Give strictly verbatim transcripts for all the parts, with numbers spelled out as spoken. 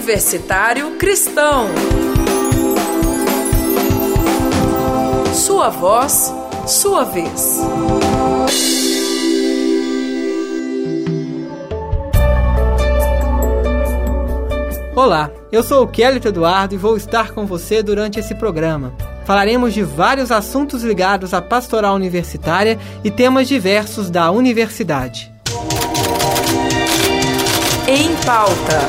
Universitário Cristão. Sua voz, sua vez. Olá, eu sou o Kelly Eduardo e vou estar com você durante esse programa. Falaremos de vários assuntos ligados à pastoral universitária e temas diversos da universidade. Em pauta.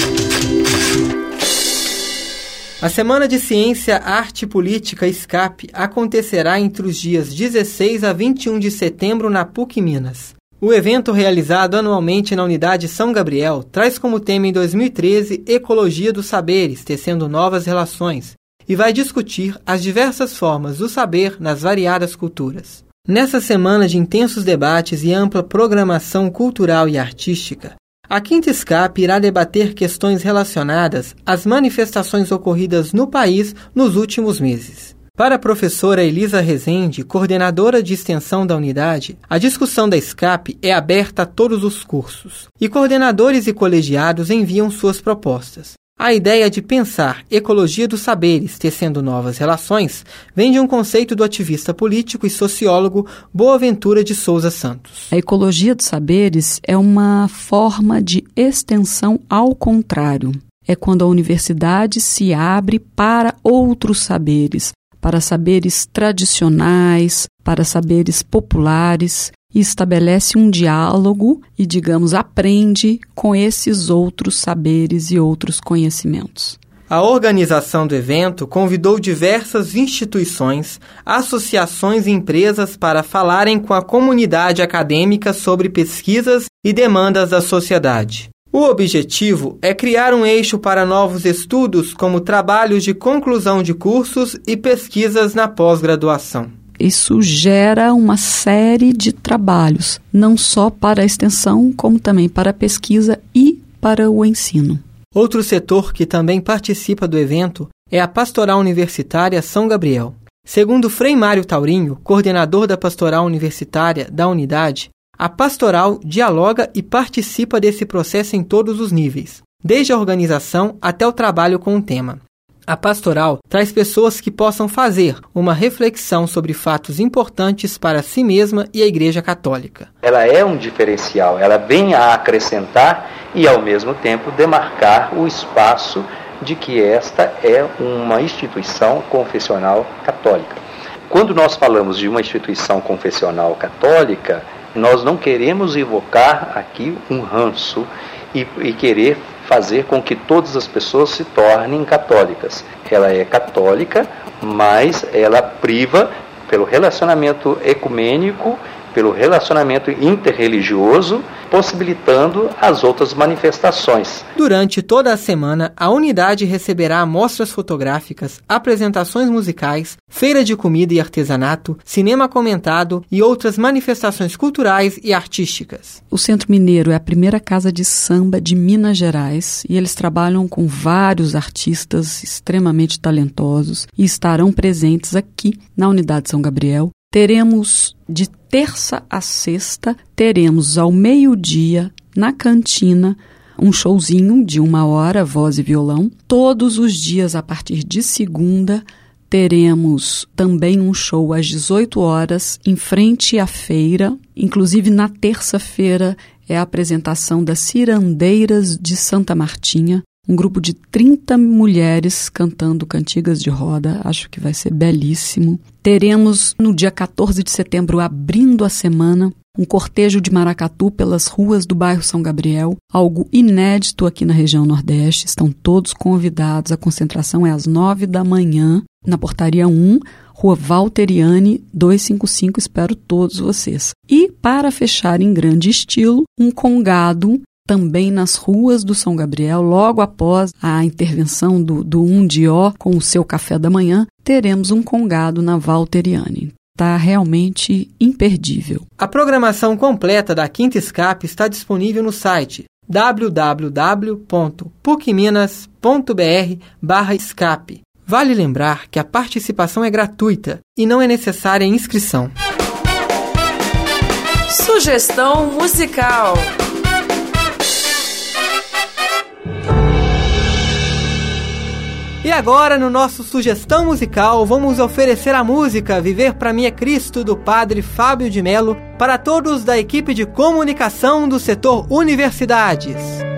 A Semana de Ciência, Arte e Política, SCAP, acontecerá entre os dias dezesseis a vinte e um de setembro na PUC Minas. O evento, realizado anualmente na Unidade São Gabriel, traz como tema em dois mil e treze Ecologia dos Saberes, tecendo novas relações, e vai discutir as diversas formas do saber nas variadas culturas. Nessa semana de intensos debates e ampla programação cultural e artística, a Quinta SCAP irá debater questões relacionadas às manifestações ocorridas no país nos últimos meses. Para a professora Elisa Rezende, coordenadora de extensão da unidade, a discussão da SCAP é aberta a todos os cursos, e coordenadores e colegiados enviam suas propostas. A ideia de pensar ecologia dos saberes, tecendo novas relações, vem de um conceito do ativista político e sociólogo Boaventura de Souza Santos. A ecologia dos saberes é uma forma de extensão ao contrário. É quando a universidade se abre para outros saberes, para saberes tradicionais, para saberes populares, e estabelece um diálogo e, digamos, aprende com esses outros saberes e outros conhecimentos. A organização do evento convidou diversas instituições, associações e empresas para falarem com a comunidade acadêmica sobre pesquisas e demandas da sociedade. O objetivo é criar um eixo para novos estudos, como trabalhos de conclusão de cursos e pesquisas na pós-graduação. Isso gera uma série de trabalhos, não só para a extensão, como também para a pesquisa e para o ensino. Outro setor que também participa do evento é a Pastoral Universitária São Gabriel. Segundo Frei Mário Taurinho, coordenador da Pastoral Universitária da unidade, a pastoral dialoga e participa desse processo em todos os níveis, desde a organização até o trabalho com o tema. A pastoral traz pessoas que possam fazer uma reflexão sobre fatos importantes para si mesma e a Igreja Católica. Ela é um diferencial, ela vem a acrescentar e, ao mesmo tempo, demarcar o espaço de que esta é uma instituição confessional católica. Quando nós falamos de uma instituição confessional católica, nós não queremos evocar aqui um ranço e, e querer fazer com que todas as pessoas se tornem católicas. Ela é católica, mas ela priva pelo relacionamento ecumênico, pelo relacionamento interreligioso, possibilitando as outras manifestações. Durante toda a semana, a unidade receberá amostras fotográficas, apresentações musicais, feira de comida e artesanato, cinema comentado e outras manifestações culturais e artísticas. O Centro Mineiro é a primeira casa de samba de Minas Gerais e eles trabalham com vários artistas extremamente talentosos e estarão presentes aqui na Unidade São Gabriel. Teremos de terça a sexta, teremos ao meio-dia, na cantina, um showzinho de uma hora, voz e violão. Todos os dias, a partir de segunda, teremos também um show às dezoito horas, em frente à feira. Inclusive, na terça-feira, é a apresentação das Cirandeiras de Santa Martinha. Um grupo de trinta mulheres cantando cantigas de roda, acho que vai ser belíssimo. Teremos no dia quatorze de setembro, abrindo a semana, um cortejo de maracatu pelas ruas do bairro São Gabriel, algo inédito aqui na região Nordeste. Estão todos convidados, a concentração é às nove da manhã, na portaria um, Rua Valteriane duzentos e cinquenta e cinco, espero todos vocês. E, para fechar em grande estilo, um congado também nas ruas do São Gabriel, logo após a intervenção do, do um de ó com o seu café da manhã, teremos um congado na Valteriane. Está realmente imperdível. A programação completa da Quinta SCAP está disponível no site w w w ponto pucminas ponto b r barra SCAP. Vale lembrar que a participação é gratuita e não é necessária inscrição. Sugestão musical. agora, no nosso Sugestão Musical, vamos oferecer a música Viver Pra Mim é Cristo, do Padre Fábio de Mello, para todos da equipe de comunicação do setor Universidades.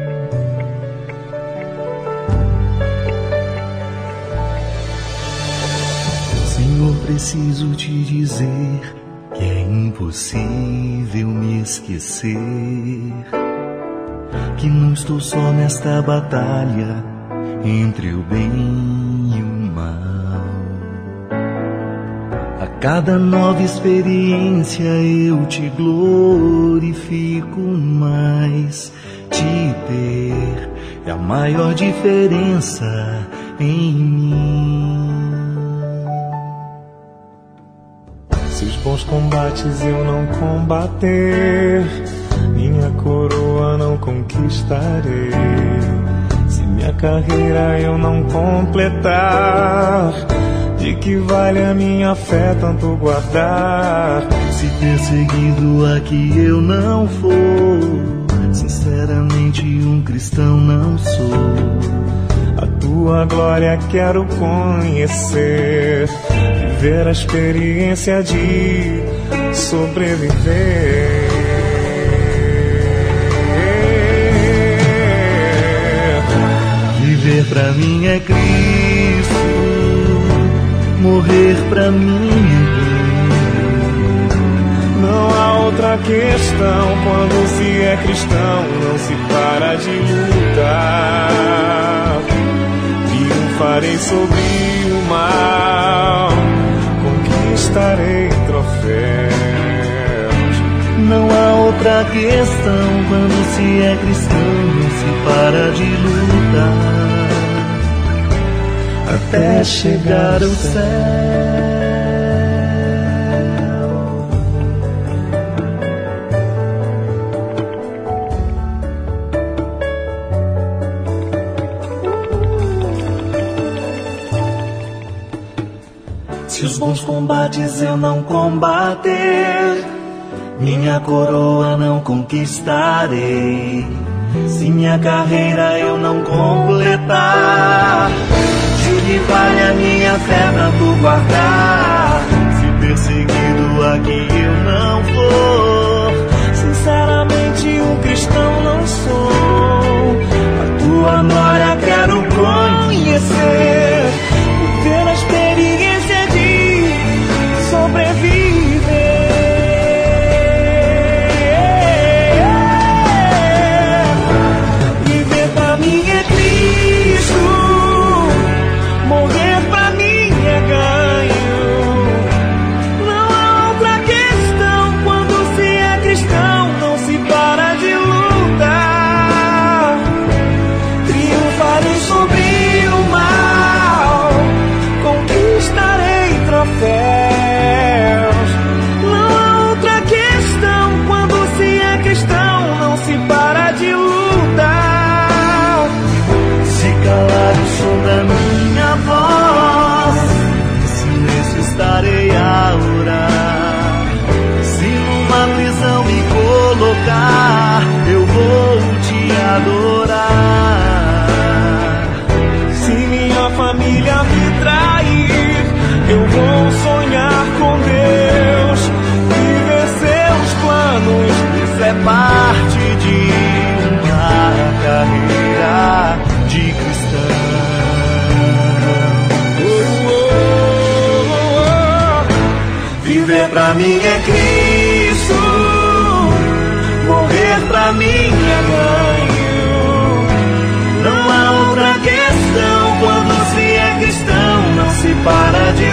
Senhor, preciso te dizer que é impossível me esquecer, que não estou só nesta batalha entre o bem e o mal. A cada nova experiência eu te glorifico mais. Te ter é a maior diferença em mim. Se os bons combates eu não combater, minha coroa não conquistarei. Se minha carreira eu não completar, de que vale a minha fé tanto guardar? Se perseguido aqui eu não for, sinceramente um cristão não sou. A tua glória quero conhecer, viver a experiência de sobreviver. Viver pra mim é Cristo, morrer pra mim é bem. Não há outra questão, quando se é cristão não se para de lutar. Triunfarei sobre o mal, conquistarei troféus. Não há outra questão, quando se é cristão não se para de lutar até chegar ao céu. Se os bons combates eu não combater, minha coroa não conquistarei. Se minha carreira eu não completar, de que vale a minha fé tanto guardar? Se perseguido aqui eu não for, sinceramente um cristão não sou. A tua glória quero conhecer, viver a experiência de sobreviver. Viver pra mim é Cristo, morrer pra mim é ganho. Não há outra questão, quando se é cristão não se para de lutar. Triunfarei sobre o mal, conquistarei troféus. Não há outra questão, quando se é cristão não se para de lutar. Se calar o som da minha voz, em silêncio estarei a orar. Se numa prisão me colocar, eu vou te adorar. Se minha família me trair, eu vou sonhar com Deus, viver seus planos. Isso é parte de uma carreira de cristão. Oh, oh, oh, oh. Viver pra mim é Cristo, morrer pra mim é ganho. Não há outra questão, quando se é cristão não se para de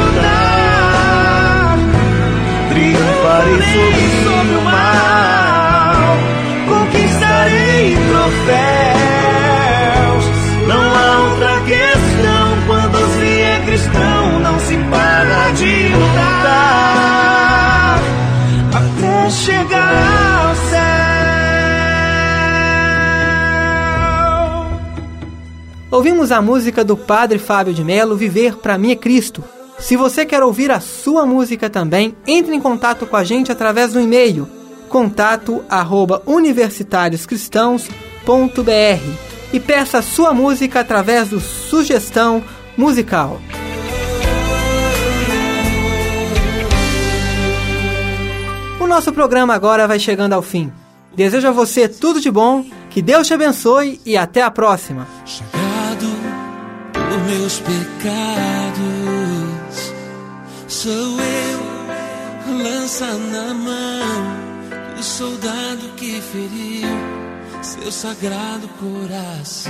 lutar. Triunfarei sobre o mal, conquistarei troféus. Não há outra questão, quando se é cristão não se para de lutar até chegar ao céu. Ouvimos a música do Padre Fábio de Mello, Viver Pra Mim é Cristo. Se você quer ouvir a sua música também, entre em contato com a gente através do e-mail contato arroba universitários cristãos ponto b r e peça a sua música através do Sugestão musical. O nosso programa agora vai chegando ao fim. Desejo a você tudo de bom, que Deus te abençoe e até a próxima. Chegado por meus pecados, sou eu, lança na mão, o soldado que feriu seu sagrado coração.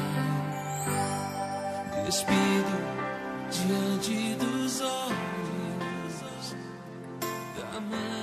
Despido diante dos olhos da mãe.